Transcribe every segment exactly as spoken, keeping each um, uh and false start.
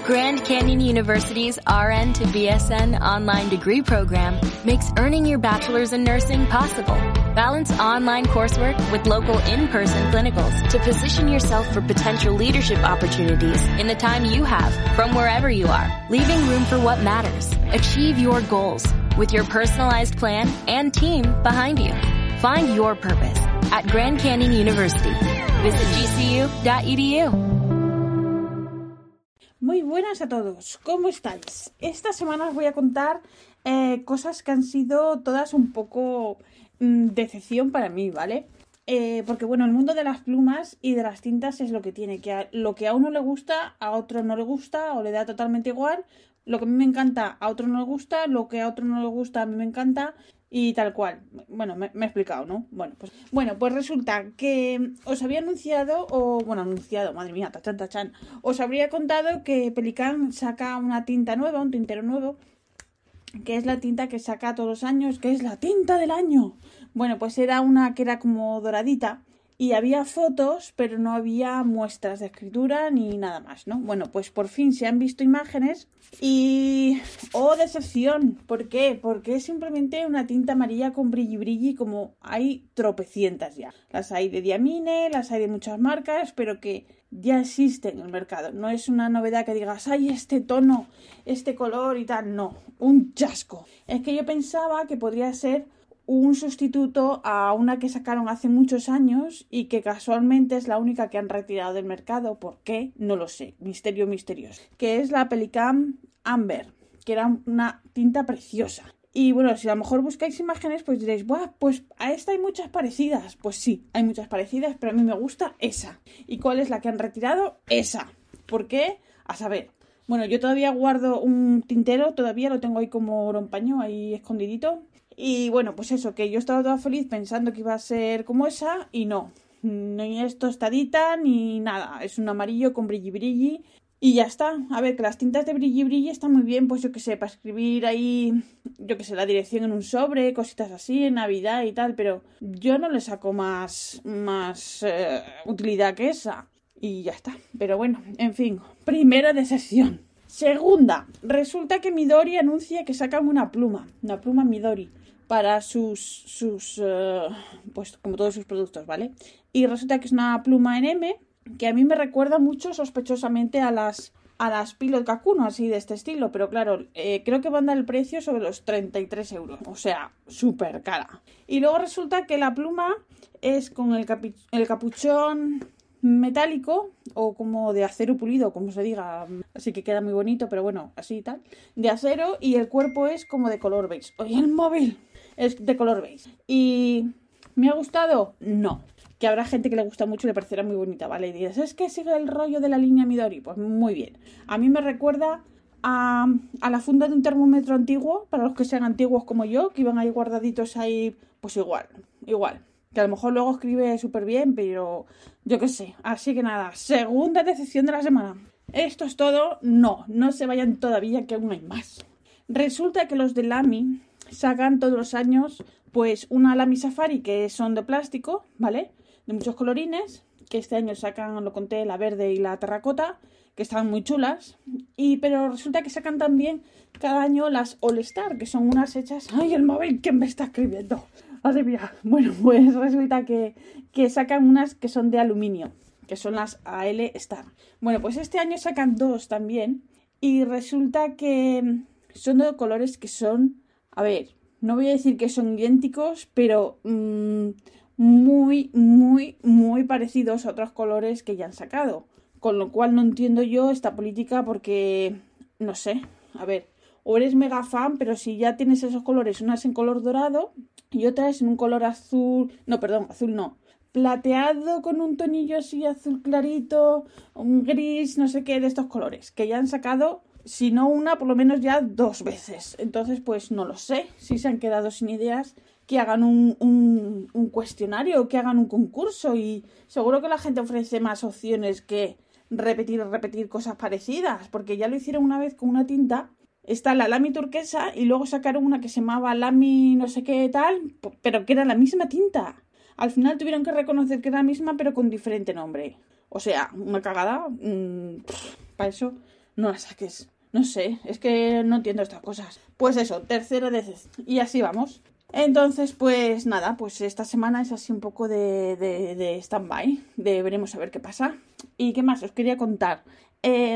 Grand Canyon University's R N to B S N online degree program makes earning your bachelor's in nursing possible. Balance online coursework with local in-person clinicals to position yourself for potential leadership opportunities in the time you have from wherever you are, leaving room for what matters. Achieve your goals with your personalized plan and team behind you. Find your purpose at Grand Canyon University. Visit g c u dot e d u. Muy buenas a todos, ¿cómo estáis? Esta semana os voy a contar eh, cosas que han sido todas un poco mmm, decepción para mí, ¿vale? Eh, porque bueno, el mundo de las plumas y de las tintas es lo que tiene, que a, lo que a uno le gusta, a otro no le gusta o le da totalmente igual. Lo que a mí me encanta, a otro no le gusta, lo que a otro no le gusta, a mí me encanta y tal cual. Bueno, me, me he explicado, ¿no? Bueno, pues bueno, pues resulta que os había anunciado, o bueno, anunciado, madre mía, tachan, tachan, os habría contado que Pelican saca una tinta nueva, un tintero nuevo, que es la tinta que saca todos los años, que es la tinta del año. Bueno, pues era una que era como doradita. Y había fotos, pero no había muestras de escritura ni nada más, ¿no? Bueno, pues por fin se han visto imágenes y... ¡oh, decepción! ¿Por qué? Porque es simplemente una tinta amarilla con brilli brilli, como hay tropecientas ya. Las hay de Diamine, las hay de muchas marcas, pero que ya existen en el mercado. No es una novedad que digas, ¡ay, este tono, este color y tal! No, un chasco. Es que yo pensaba que podría ser un sustituto a una que sacaron hace muchos años y que casualmente es la única que han retirado del mercado. ¿Por qué? No lo sé. Misterio misterioso. Que es la Pelican Amber, que era una tinta preciosa. Y bueno, si a lo mejor buscáis imágenes, pues diréis, ¡buah! Pues a esta hay muchas parecidas. Pues sí, hay muchas parecidas, pero a mí me gusta esa. ¿Y cuál es la que han retirado? Esa. ¿Por qué? A saber. Bueno, yo todavía guardo un tintero, todavía lo tengo ahí como oro en paño, ahí escondidito. Y bueno, pues eso, que yo estaba toda feliz pensando que iba a ser como esa y no. Ni es tostadita ni nada. Es un amarillo con brilli brilli y ya está. A ver, que las tintas de brilli brilli están muy bien, pues yo que sé, para escribir ahí, yo que sé, la dirección en un sobre, cositas así, en Navidad y tal, pero yo no le saco más, más eh, utilidad que esa. Y ya está. Pero bueno, en fin, primera decepción. Segunda, resulta que Midori anuncia que sacan una pluma, una pluma Midori, para sus, sus uh, pues como todos sus productos, ¿vale? Y resulta que es una pluma en M, que a mí me recuerda mucho sospechosamente a las, a las Pilot Kakuno, así de este estilo, pero claro, eh, creo que van a dar el precio sobre los treinta y tres euros, o sea, súper cara. Y luego resulta que la pluma es con el, capi- el capuchón metálico o como de acero pulido, como se diga, así que queda muy bonito, pero bueno, así y tal, de acero, y el cuerpo es como de color beige. Oye, el móvil es de color beige. ¿Y me ha gustado? No. Que habrá gente que le gusta mucho y le parecerá muy bonita, ¿vale? Y dices, es que sigue el rollo de la línea Midori. Pues muy bien. A mí me recuerda a, a la funda de un termómetro antiguo, para los que sean antiguos como yo, que iban ahí guardaditos ahí, pues igual, igual. Que a lo mejor luego escribe súper bien, pero yo qué sé. Así que nada, segunda decepción de la semana. ¿Esto es todo? No, no se vayan todavía, que aún hay más. Resulta que los de Lamy sacan todos los años pues una Lamy Safari que son de plástico, ¿vale? De muchos colorines, que este año sacan, lo conté, la verde y la terracota, que están muy chulas. Y pero resulta que sacan también cada año las All Star, que son unas hechas... ¡Ay, el móvil! ¿Quién me está escribiendo? Madre mía. Bueno, pues resulta que, que sacan unas que son de aluminio, que son las A L Star. Bueno, pues este año sacan dos también y resulta que son de colores que son, a ver, no voy a decir que son idénticos, pero mmm, muy, muy, muy parecidos a otros colores que ya han sacado. Con lo cual no entiendo yo esta política porque, no sé, a ver, o eres mega fan, pero si ya tienes esos colores, unas en color dorado y otras en un color azul, no, perdón, azul no, plateado con un tonillo así azul clarito, un gris, no sé qué, de estos colores, que ya han sacado, si no una, por lo menos ya dos veces. Entonces, pues no lo sé, si se han quedado sin ideas, que hagan un, un, un cuestionario, que hagan un concurso y seguro que la gente ofrece más opciones que repetir, repetir cosas parecidas, porque ya lo hicieron una vez con una tinta. Está la Lamy turquesa y luego sacaron una que se llamaba Lamy no sé qué tal, pero que era la misma tinta. Al final tuvieron que reconocer que era la misma, pero con diferente nombre. O sea, una cagada. Mmm, para eso no la saques. No sé, es que no entiendo estas cosas. Pues eso, tercera decepción. Y así vamos. Entonces, pues nada, pues esta semana es así un poco de, de, de stand-by. De veremos a ver qué pasa. ¿Y qué más? Os quería contar. Eh,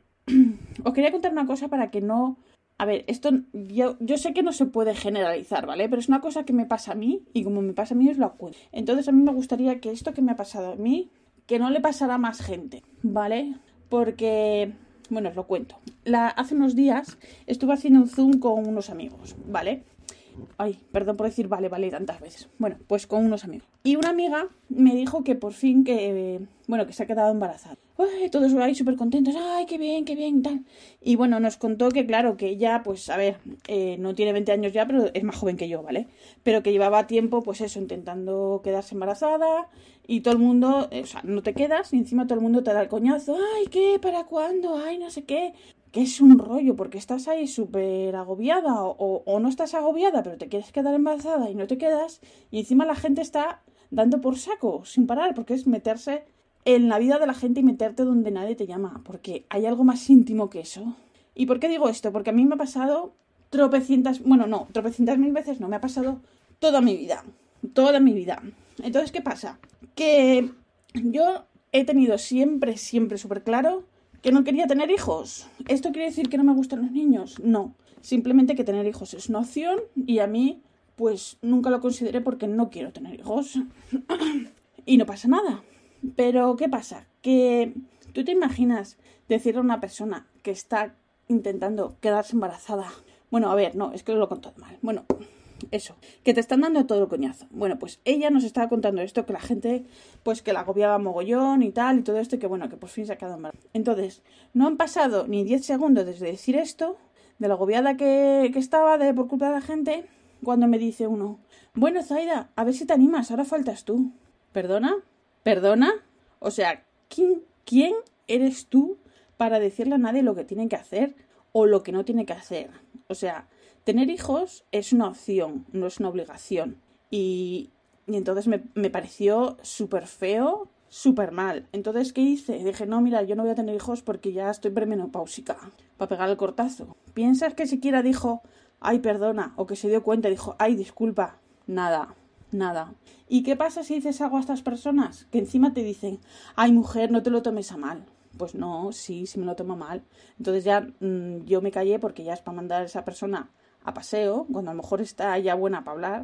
os quería contar una cosa para que no... A ver, esto yo, yo sé que no se puede generalizar, ¿vale? Pero es una cosa que me pasa a mí y como me pasa a mí os lo cuento. Entonces a mí me gustaría que esto que me ha pasado a mí, que no le pasara a más gente, ¿vale? Porque... Bueno, os lo cuento. La, hace unos días estuve haciendo un Zoom con unos amigos, ¿vale? Ay, perdón por decir vale, vale tantas veces. Bueno, pues con unos amigos. Y una amiga me dijo que por fin que... Eh, bueno, que se ha quedado embarazada. Ay, todos ahí súper contentos. Ay, qué bien, qué bien, tal. Y bueno, nos contó que claro, que ella, pues a ver, eh, no tiene veinte años ya, pero es más joven que yo, ¿vale? Pero que llevaba tiempo, pues eso, intentando quedarse embarazada. Y todo el mundo, eh, o sea, no te quedas y encima todo el mundo te da el coñazo. Ay, ¿qué? ¿Para cuándo? Ay, no sé qué. Que es un rollo porque estás ahí súper agobiada o, o, o no estás agobiada pero te quieres quedar embarazada y no te quedas y encima la gente está dando por saco sin parar porque es meterse en la vida de la gente y meterte donde nadie te llama porque hay algo más íntimo que eso. ¿Y por qué digo esto? Porque a mí me ha pasado tropecientas, bueno no, tropecientas mil veces no, me ha pasado toda mi vida, toda mi vida. Entonces, ¿qué pasa? Que yo he tenido siempre, siempre súper claro ¿que no quería tener hijos? ¿Esto quiere decir que no me gustan los niños? No. Simplemente que tener hijos es una opción y a mí, pues, nunca lo consideré porque no quiero tener hijos. Y no pasa nada. Pero, ¿qué pasa? Que tú te imaginas decirle a una persona que está intentando quedarse embarazada. Bueno, a ver, no, es que lo he contado mal. Bueno, eso, que te están dando todo el coñazo. Bueno, pues ella nos estaba contando esto, que la gente, pues que la agobiaba mogollón y tal, y todo esto, y que bueno, que por fin se ha quedado embarazada. Entonces, no han pasado ni diez segundos desde decir esto, de la agobiada que, que estaba de, por culpa de la gente, cuando me dice uno, bueno, Zaida, a ver si te animas, ahora faltas tú. ¿Perdona? ¿Perdona? O sea, ¿quién, quién eres tú para decirle a nadie lo que tiene que hacer o lo que no tiene que hacer? O sea... Tener hijos es una opción, no es una obligación. Y, y entonces me, me pareció súper feo, súper mal. Entonces, ¿qué hice? Dije, no, mira, yo no voy a tener hijos porque ya estoy premenopáusica. Para pegar el cortazo. ¿Piensas que siquiera dijo, ay, perdona? O que se dio cuenta y dijo, ay, disculpa. Nada, nada. ¿Y qué pasa si dices algo a estas personas? Que encima te dicen, ay, mujer, no te lo tomes a mal. Pues no, sí, sí me lo tomo mal. Entonces ya mmm, yo me callé porque ya es para mandar a esa persona a paseo, cuando a lo mejor está ya buena para hablar.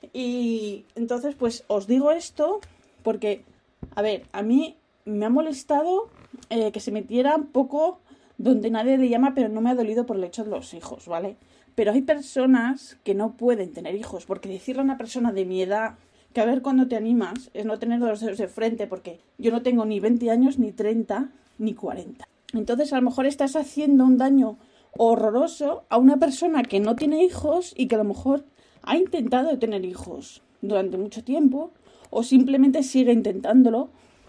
Y entonces, pues, os digo esto porque, a ver, a mí me ha molestado eh, que se metiera un poco donde nadie le llama, pero no me ha dolido por el hecho de los hijos, ¿vale? Pero hay personas que no pueden tener hijos, porque decirle a una persona de mi edad que a ver cuándo te animas es no tener los dedos de frente, porque yo no tengo ni veinte años, ni treinta, ni cuarenta. Entonces, a lo mejor estás haciendo un daño horroroso a una persona que no tiene hijos y que a lo mejor ha intentado tener hijos durante mucho tiempo o simplemente sigue intentándolo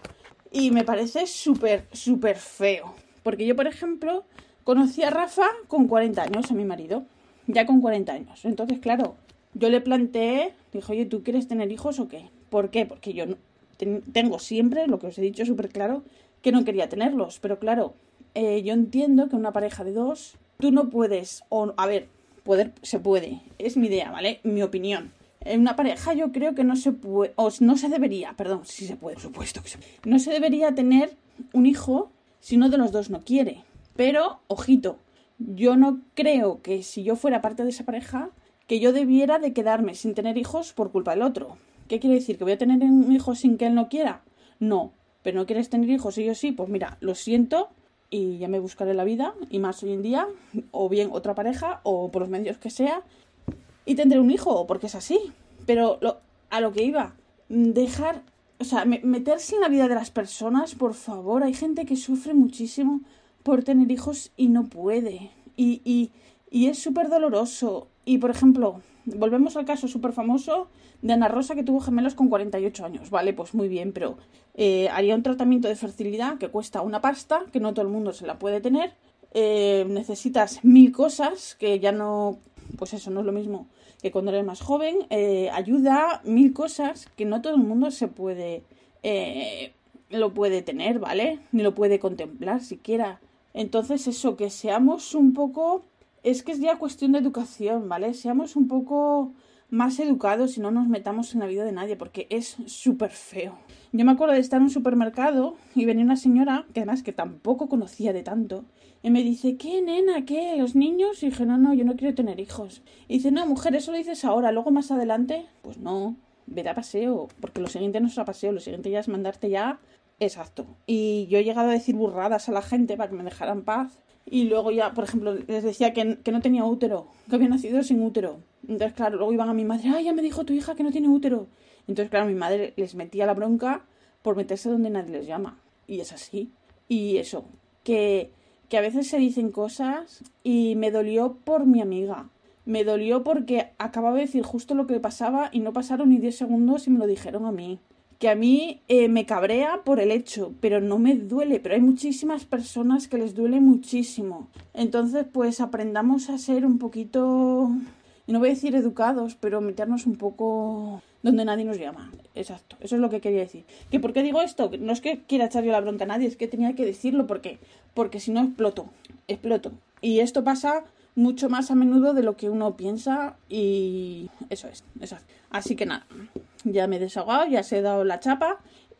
y me parece súper, súper feo. Porque yo, por ejemplo, conocí a Rafa con cuarenta años, a mi marido, ya con cuarenta años. Entonces, claro, yo le planteé, dije, oye, ¿tú quieres tener hijos o qué? ¿Por qué? Porque yo no, ten, tengo siempre, lo que os he dicho súper claro, que no quería tenerlos. Pero claro, eh, yo entiendo que una pareja de dos... Tú no puedes, o a ver, poder se puede, es mi idea, ¿vale? Mi opinión. En una pareja yo creo que no se puede, o no se debería, perdón, sí se puede, por supuesto que se puede. No se debería tener un hijo si uno de los dos no quiere. Pero, ojito, yo no creo que si yo fuera parte de esa pareja, que yo debiera de quedarme sin tener hijos por culpa del otro. ¿Qué quiere decir? ¿Que voy a tener un hijo sin que él no quiera? No, pero no quieres tener hijos sí o sí, pues mira, lo siento, y ya me buscaré la vida, y más hoy en día, o bien otra pareja, o por los medios que sea, y tendré un hijo, porque es así. Pero lo, a lo que iba, dejar, o sea, me, meterse en la vida de las personas, por favor. Hay gente que sufre muchísimo por tener hijos y no puede, y, y, y es súper doloroso. Y, por ejemplo, volvemos al caso súper famoso de Ana Rosa, que tuvo gemelos con cuarenta y ocho años. Vale, pues muy bien, pero eh, haría un tratamiento de fertilidad que cuesta una pasta, que no todo el mundo se la puede tener. Eh, necesitas mil cosas, que ya no, pues eso, no es lo mismo que cuando eres más joven. Eh, ayuda, mil cosas, que no todo el mundo se puede, eh, lo puede tener, ¿vale? Ni lo puede contemplar siquiera. Entonces eso, que seamos un poco... Es que es ya cuestión de educación, ¿vale? Seamos un poco más educados y no nos metamos en la vida de nadie, porque es súper feo. Yo me acuerdo de estar en un supermercado y venía una señora, que además que tampoco conocía de tanto, y me dice, ¿qué, nena? ¿Qué? ¿Los niños? Y dije, no, no, yo no quiero tener hijos. Y dice, no, mujer, eso lo dices ahora, luego más adelante, pues no, vete a paseo, porque lo siguiente no es a paseo, lo siguiente ya es mandarte ya... Exacto. Y yo he llegado a decir burradas a la gente para que me dejaran paz. Y luego ya, por ejemplo, les decía que, que no tenía útero, que había nacido sin útero. Entonces, claro, luego iban a mi madre, ¡ay, ya me dijo tu hija que no tiene útero! Entonces, claro, mi madre les metía la bronca por meterse donde nadie les llama. Y es así. Y eso, que, que a veces se dicen cosas y me dolió por mi amiga. Me dolió porque acababa de decir justo lo que pasaba y no pasaron ni diez segundos y me lo dijeron a mí. Que a mí eh, me cabrea por el hecho, pero no me duele. Pero hay muchísimas personas que les duele muchísimo. Entonces, pues aprendamos a ser un poquito, no voy a decir educados, pero meternos un poco donde nadie nos llama. Exacto, eso es lo que quería decir. ¿Que por qué digo esto? No es que quiera echar yo la bronca a nadie, es que tenía que decirlo porque, porque si no exploto, exploto. Y esto pasa mucho más a menudo de lo que uno piensa y eso es, exacto. Así que nada, ya me he desahogado, ya se he dado la chapa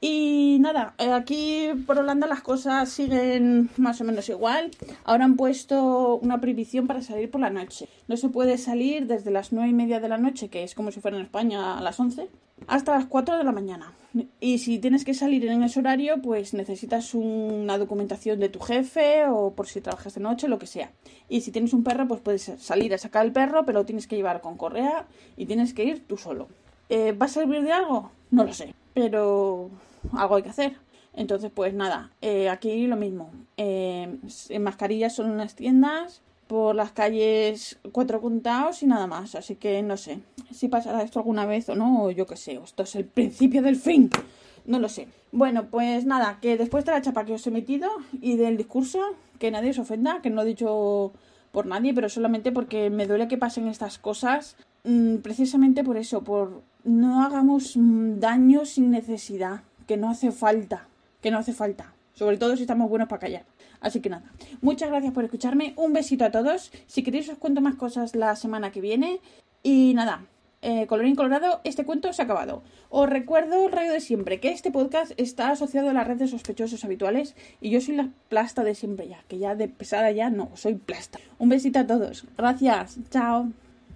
y nada, aquí por Holanda las cosas siguen más o menos igual. Ahora han puesto una prohibición para salir por la noche. No se puede salir desde las nueve y media de la noche, que es como si fuera en España a las once, hasta las cuatro de la mañana. Y si tienes que salir en ese horario, pues necesitas una documentación de tu jefe o por si trabajas de noche, lo que sea. Y si tienes un perro, pues puedes salir a sacar el perro, pero lo tienes que llevar con correa y tienes que ir tú solo. Eh, ¿Va a servir de algo? No lo sé, pero algo hay que hacer. Entonces, pues nada, eh, aquí lo mismo. Eh, en mascarillas solo en las tiendas, por las calles cuatro contados y nada más. Así que no sé si pasará esto alguna vez o no, o yo qué sé, esto es el principio del fin. No lo sé. Bueno, pues nada, que después de la chapa que os he metido y del discurso, que nadie se ofenda, que no he dicho por nadie, pero solamente porque me duele que pasen estas cosas, mmm, precisamente por eso, por no hagamos daño sin necesidad, que no hace falta, que no hace falta, sobre todo si estamos buenos para callar. Así que nada, muchas gracias por escucharme, un besito a todos, si queréis os cuento más cosas la semana que viene y nada. Eh, colorín colorado, este cuento se ha acabado. Os recuerdo el rayo de siempre, que este podcast está asociado a la red de sospechosos habituales y yo soy la plasta de siempre ya, que ya de pesada ya no, soy plasta. Un besito a todos. Gracias. Chao.